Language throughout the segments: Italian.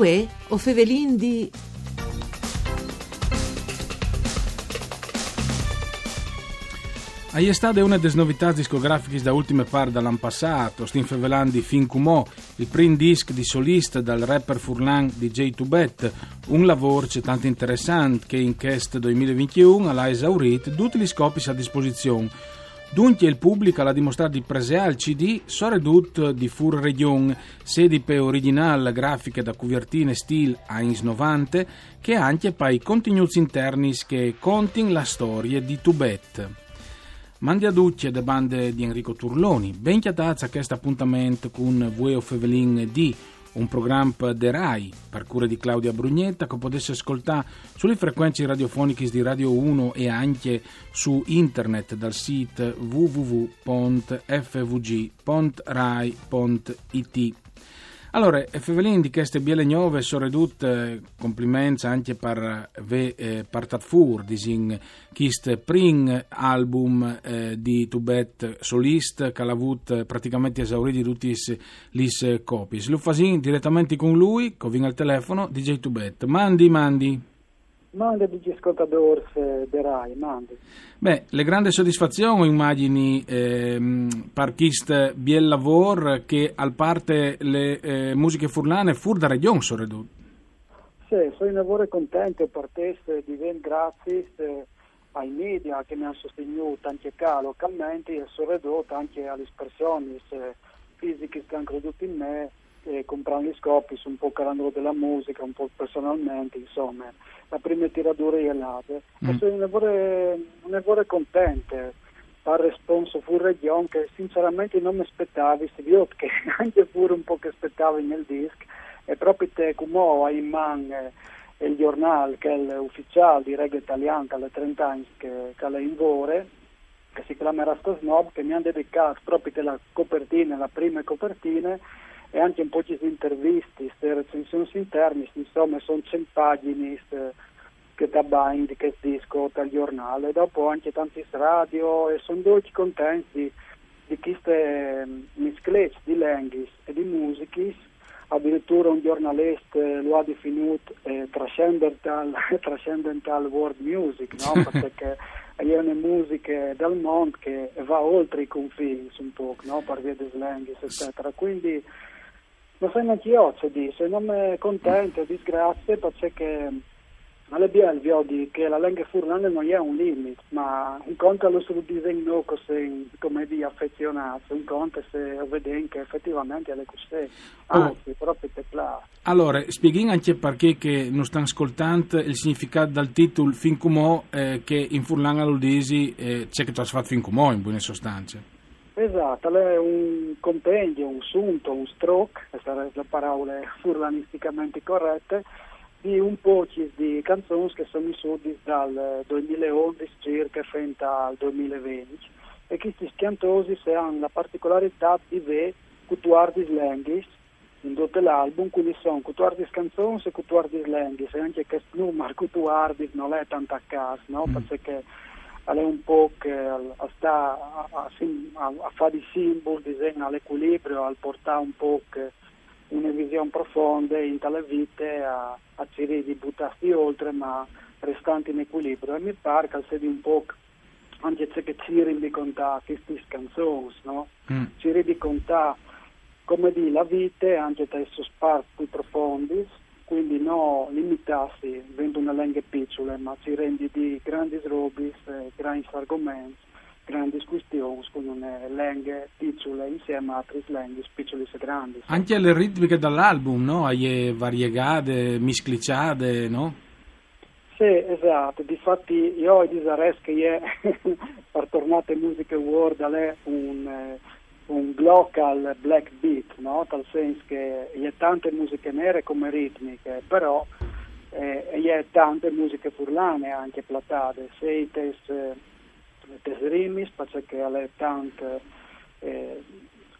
Uè, o Fevelin di... Ahí è stata una delle novità discografiche da ultime par dall'anno passato, stin fevelando Fin Cumò, il primo disc di solista dal rapper furlan DJ Tubet, un lavoro tanto interessante che in questo 2021 ha esaurito tutti gli scopi a disposizione. Dunque il pubblico l'ha dimostrato di presare al CD soprattutto di Fur Region, sedi per originale grafiche da copertine stile anni 90, che anche per i contenuti interni che contano la storia di Tubet. Mandi a ducce de bande di Enrico Turloni, ben chiatazza a questo appuntamento con Vueo Fevelin D, un programma de RAI, per cura di Claudia Brugnetta, che potesse ascoltare sulle frequenze radiofoniche di Radio 1 e anche su internet dal sito www.fvg.rai.it. Allora, Fevelin di queste biele nuove sono ridotte complimenti anche per partat fur, disin chist pring album di Tubet solist, che ha avuto praticamente esauriti tutti gli copies. Lo fasin direttamente con lui, che viene al telefono, DJ Tubet. Mandi. Mandi di ascoltatori de RAI, mandi. Beh, le grandi soddisfazioni immagini per questo biel lavoro che al parte le musiche furlane fur da regione sono ridotte. Sì, sono lavoro contento per te, grazie ai media che mi hanno sostenuto anche qua localmente e sono ridotto anche alle persone fisiche che hanno creduto in me e comprando gli scopi un po' calando della musica, un po' personalmente, insomma. La prima tiratura è l'altra. Sono un lavoro contento per responso fu regione che sinceramente non mi aspettavi, si vede che anche pure un po' che aspettavi nel disc e proprio te come hai in mano il giornale che è l'ufficiale di Reggae Italiano alle 30 anni che è in Vore, che si chiama Rasta Snob, che mi hanno dedicato proprio la copertina, la prima copertina e anche un po' di interviste, recensioni interne, insomma sono 100 pagine che tabbain di questo disco dal giornale, e dopo anche tanti radio e sono dolci contenti di queste miscleci di lingue e di musiche, addirittura un giornalista lo ha definito transcendental world music, no? Perché è una musica del mondo che va oltre i confini un po', no? Per via delle lingue, eccetera, quindi non sono anche io, non mi contento, disgrazia, perché alle bielvio di che la lingua furlane non è un limite, ma un conto allo sul disegno come di affezionato, un conto se vede che effettivamente è così, anzi proprio te piace. Allora, spieghi anche perché che non stanno ascoltando il significato dal titolo Fin Cumò che in furlana l'udisi c'è che tu hai fatto Fin Cumò in buone sostanze. Esatto, è un compendio, un sunto, un stroke, queste sono le parole furlanisticamente corrette, di un po' di canzoni che sono issute dal 2011 circa fino al 2020 e questi cantori hanno la particolarità di avere 14 lingue in tutto l'album, quindi sono 14 canzoni e 14 lingue e anche questo numero 14 non è tanto a caso, no? Perché è un po' che sta a fare di simboli, disegna l'equilibrio, al portare un po' che una visione profonda in tale vita a cercare di buttarsi oltre ma restante in equilibrio e mi pare che sia un po' anche c'è che ci rendi conto queste canzoni, no? Ci rendi conto come di la vita anche tra i sosparti più profondi, quindi non limitarsi avendo una lingua piccola ma ci rendi di grandi robe, grandi argomenti, grandi questioni con una lingua piccola insieme a altre lingue piccole e grandi. Anche le ritmiche dall'album, no? Hai variegate, miscliciate, no? Sì, esatto. Difatti io disarei che per tornare a Music Award è un local black beat, no? Tal senso che hi ha tante musiche nere come ritmiche, però hi ha tante musiche furlane anche platate, sei rimis, perché ha tante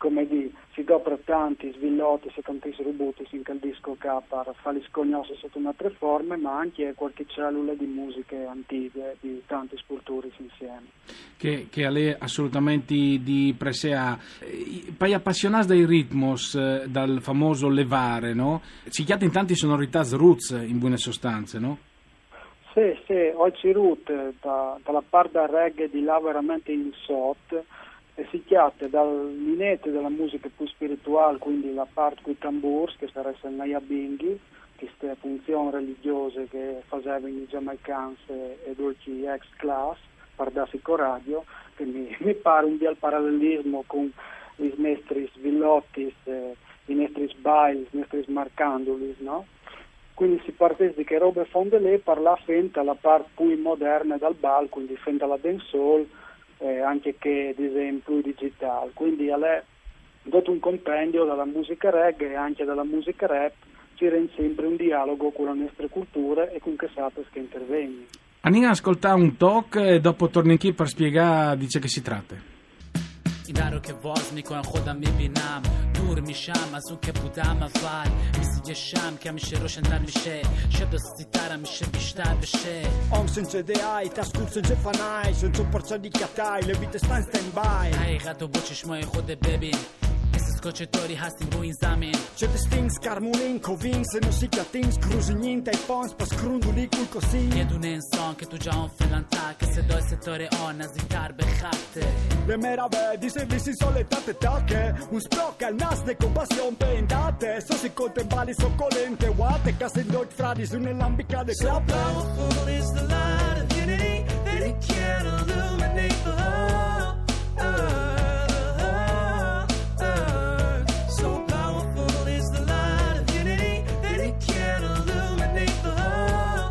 come si dopra tanti svillotti e tanti rubuti in quel disco che per farli scognose sotto un'altra forma, ma anche qualche cellula di musiche antiche, di tanti scultori insieme. Che a lei assolutamente di presea. Poi appassionati dai ritmos, dal famoso levare, no? Si chiamano in tanti sonorità roots, in buone sostanze, no? Sì, oggi root dalla parte del reggae di là veramente in sot, e si chiama dall'inete della musica più spirituale, quindi la parte con i tamburs, che sarebbe il Binghi, queste funzioni religiose che facevano i giamaicani e dolci ex-class, per darsi coraggio, che mi pare un bel parallelismo con i nostri svillotti, i nostri sbaili, i nostri smarcandolis, no? Quindi si parte di che robe fonde lì per la fenta la parte più moderna dal bal, quindi fenta la dancehall, anche che ad esempio digitale. Quindi a lei dato un compendio dalla musica reggae e anche dalla musica rap, ci rende sempre un dialogo con le nostre culture e con che sapes che interveni. Andiamo ad ascoltare un talk e dopo torni qui per spiegare di che si tratta. اینا رو که واز میکنم خودم میبینم دور میشم از اون که بودم اول مثل یه شم که میشه روشن‌تر میشه شب دستی ترم میشه بیشتر بشه Ong senza ideai, tascur senza fanai, senza porza di catai, le vite sta in stand by. حقیقت و با چشمای خود ببین اسکو چطوری هستیم رو این زمین C'è stings, carmulin, covins, e non si catins, cruzi niente ai fons, pas crunduli cul cosin. یه دونه انسان که تو جهان فعلا که صدای ستاره آن نزدیک‌تر به خطه Le meraviglie, se li si soletate tacche, un sprocca il nas de compassione pendate, so si contempali soccolente, guate, case in dot fradi su nell'ambica de So powerful is the light of unity that it can illuminate the whole earth. So powerful is the light of unity that it can illuminate the whole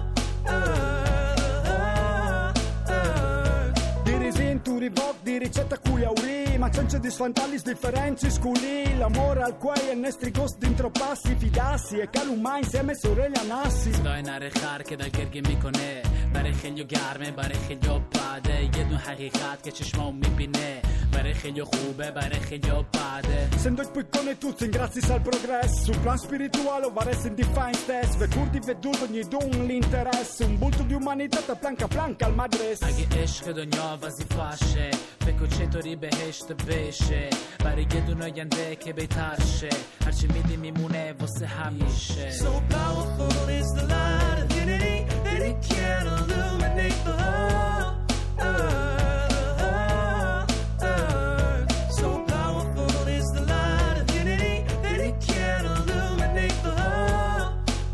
earth. Di risintu rivoc di ricetta culiauri, ma c'è di sfantallis differenzi sculi, l'amore al quei e nestri gost dentro passi, fidassi e calumma insieme sorella nassi. صدای نره خر که دل گرگی میکنه برای خیلی گرمه برای خیلی بده یه دون حقیقت که چشمام میبینه برای خیلی خوبه برای خیلی بده Essendo il piccone tutti grazie al progresso, sul plan spirituale o varesse in define stess, ve curdi veduto ogni dun l'interesse, un bulto di umanità da planca al madres. اگه عشق دنیا وظیفشه فکر چطوری بهشت بشه برای یه دون آینده که بهتر شه هرچی میدی میمونه واسه همیشه So powerful is the light of unity that it can illuminate the whole earth. So powerful is the light of unity that it can illuminate the whole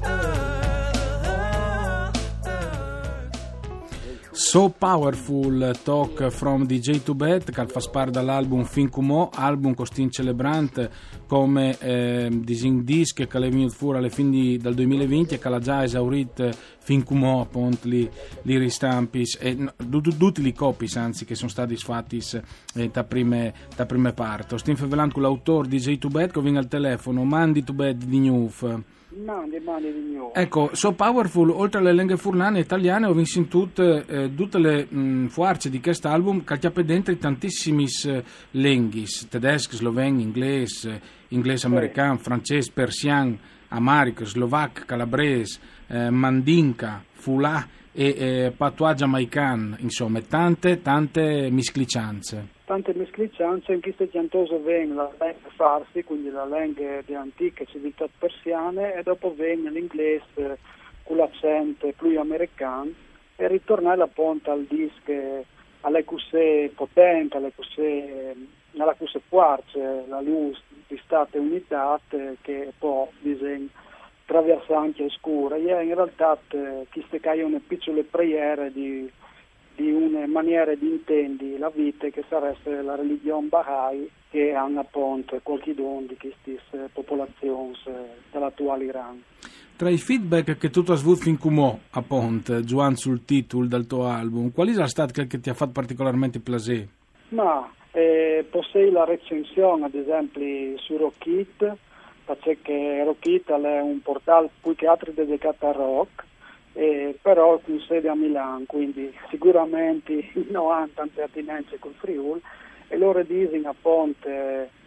earth. So Powerful Talk from DJ Tubet, che fa parte dall'album Fin Cumò, album costin celebrante come Dising Disc che è venuto fuori alle fine del 2020 e che l'ha già esaurito Fin Cumò, appunto, li ristampis e tutti i copies anzi che sono stati fatti da prime parte. Stiamo parlando con l'autore DJ Tubet che viene al telefono, mandi Tubet di Newf. Mandi di nuovo. Ecco, So Powerful, oltre alle lingue furlane italiane, ho visto in tutte le forze di quest'album che c'è dentro tantissimi lingue, tedesco, sloveno, inglese americano, francese, persiano, amarico, slovacco, calabrese, mandinka, fulà e patois giamaicano, insomma, tante misclicanze. Tante misclicanze in questo giantoso viene la lingua farsi, quindi la lingua di antiche civiltà persiane, e dopo viene l'inglese con l'accento più americano e ritornare appunto al disco alle cose potenti, alla cose forte, la luce di Stati Uniti che poi disegna attraversa anche oscura. E in realtà queste caiono piccole preghiere di una maniera di intendi la vita che sarebbe la religione Bahá'í che hanno appunto qualche don di queste popolazioni dell'attuale Iran. Tra i feedback che tu hai avuto fin come appunto, Juan, sul titolo del tuo album, quali sono stati che ti ha fatto particolarmente piacere? Ma possei la recensione ad esempio su Rockit, perché Rockit è un portale più che altro dedicato al rock, però con sede a Milano, quindi sicuramente non hanno tante attinenze col Friuli, e loro dicono appunto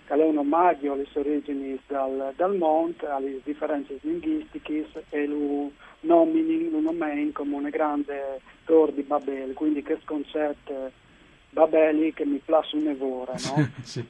è un omaggio alle origini dal monte, alle differenze linguistiche e lo nomini come una grande torre di Babele, quindi che concetto Babeli che mi piace un'evora, no? Sì.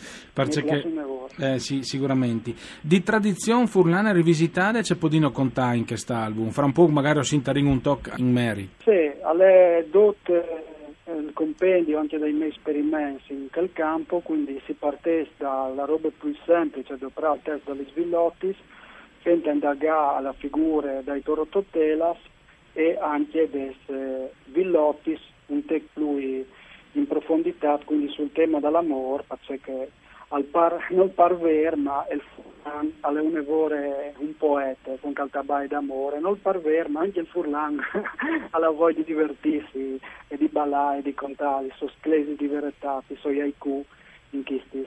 Sì, sicuramente. Di tradizione furlana rivisitata c'è podino contare in quest'album, fra un po' magari ho sintarin un tocco in merito. Sì, alle dotte il compendio anche dei miei esperimenti in quel campo, quindi si parte dalla roba più semplice, dopo il test degli svilottis, che indagare alla figura dei torototelas e anche dei villottis un tec più in profondità, quindi sul tema dell'amore, perché non parver, ma il Furlan è un evore un poeta con caltabai d'amore, non parver, ma anche il Furlan ha la voglia di divertirsi e di ballare e di contare i suoi sclesi di verità, i suoi haiku in questi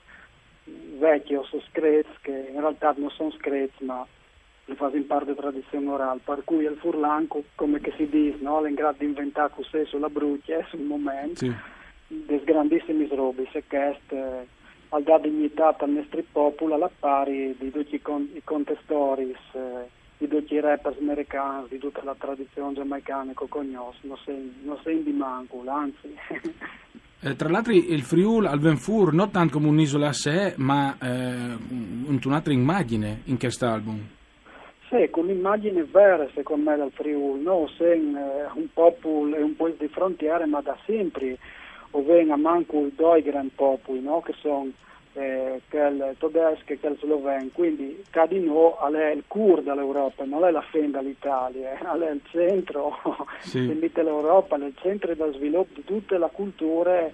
vecchi o screzi che in realtà non sono screzi ma li fanno in parte tradizione orale, per cui il Furlan, come che si dice, no? È in grado di inventare così sulla brucia sul momento, sì, dei grandissimi robi, se che al dà dignità al nostro popolo alla pari di tutti i contestori, di tutti i rappers americani, di tutta la tradizione giamaicana che conosco, non sei di manco, anzi. Tra l'altro il Friuli al Venfur non tanto come un'isola a sé, ma un'altra immagine in quest'album. Sì, con l'immagine vera secondo me del Friuli, no? Se un popolo è un po' di frontiere, ma da sempre venga manco due grandi popoli, no? Che sono quel tedesco e quel sloveno, quindi Cadino è il cuore dell'Europa, non è la fine dell'Italia, è il centro dell'Europa, è il centro dello sviluppo di tutte le culture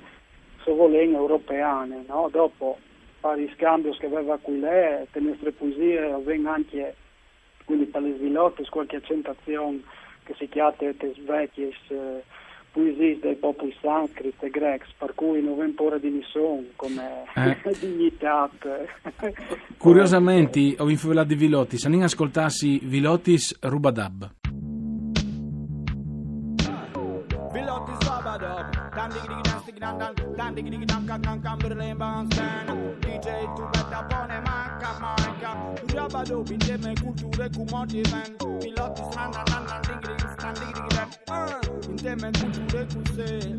europeane, no? Dopo vari scambi che aveva qui lei, le nostre poesie vengono anche quindi per le sviluppi qualche accentazione che si chiama le vecchie poesie dei popoli sanscriti e grechi, per cui non v'è paura di nessuno come dignità. Curiosamente, ho infovelato di Vilottis, non ascoltassi Vilottis Rubadab. Vilottis Rubadab, dan diggy diggy dan diggy diggy dan birlem bansen, DJ Tubetta pone manca, Rubadab insieme culture cum event, Vilottis dan diggy diggy dan, insieme culture cum se,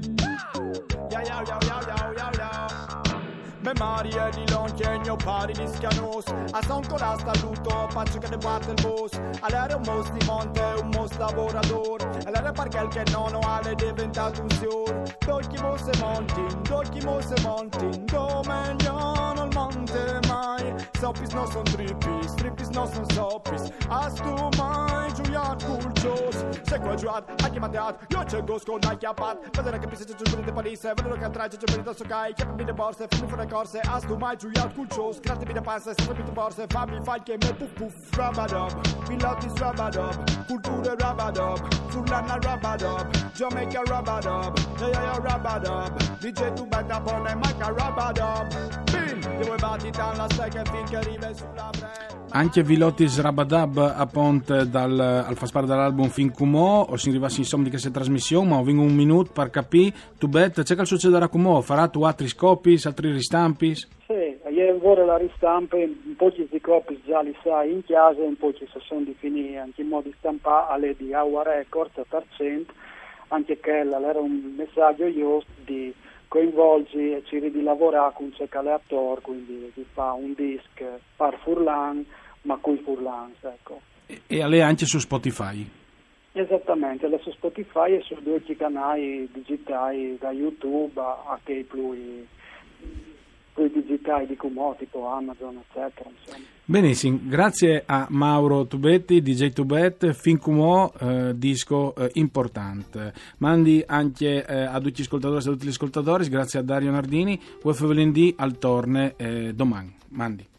ya. Memoria di l'ongegno pari di schianos, a son colasta tutto, faccio che ne parte il boss, all'era un mos di monte, un mos lavoratore, all'era perché il che non è diventato un signor, dolci mose monti, domegnano il monte mai, soppis no son trippis no son soppis, astu mai giuiat culcios, se qua giuat, anche mateat, io c'è gosco, dai chiappat, vedere che pisse c'è giù di Parisse, vedere che trae c'è giù di Sokai, chiapami le borse, fumi fuori corse, astu mai giuiat culcios, grattami le panze, sempre più borse, fammi fai che me puff, rabadab, Vilottis rabadab, culture rabadab, Furlana rabadab, Jamaica rabadab, ya rabadab, DJ Tubetta pone manca rabadab, bim, devo battitan la secca finché arriva sulla bre. Anche Vilottis Rabadab a Pont al faspare dall'album Fin Cumò, o si arrivassi insomma di questa trasmissione, ma ho vinto un minuto per capire, Tubetta, c'è che succederà a Cumò? Farà tu altri scopi, altri ristampi? Sì, io vorrei la ristampa, un po' di copi già li sai in chiesa, un po' ci sono definiti anche in modo di stampare alle di Aua Records a 100%, anche quella era un messaggio io di coinvolgi e ci di lavorare con un aleatore, quindi si fa un disc per Furlan, ma con i Furlan, ecco. E a lei anche su Spotify? Esattamente, su Spotify e su due canali digitali da YouTube a che più digitali di Cumò, tipo Amazon, eccetera, insomma. Benissimo, grazie a Mauro Tubetti, DJ Tubet, Fin Cumò, disco importante. Mandi anche a tutti gli ascoltatori e a tutti gli ascoltatori, grazie a Dario Nardini, UFVLND al torne domani. Mandi.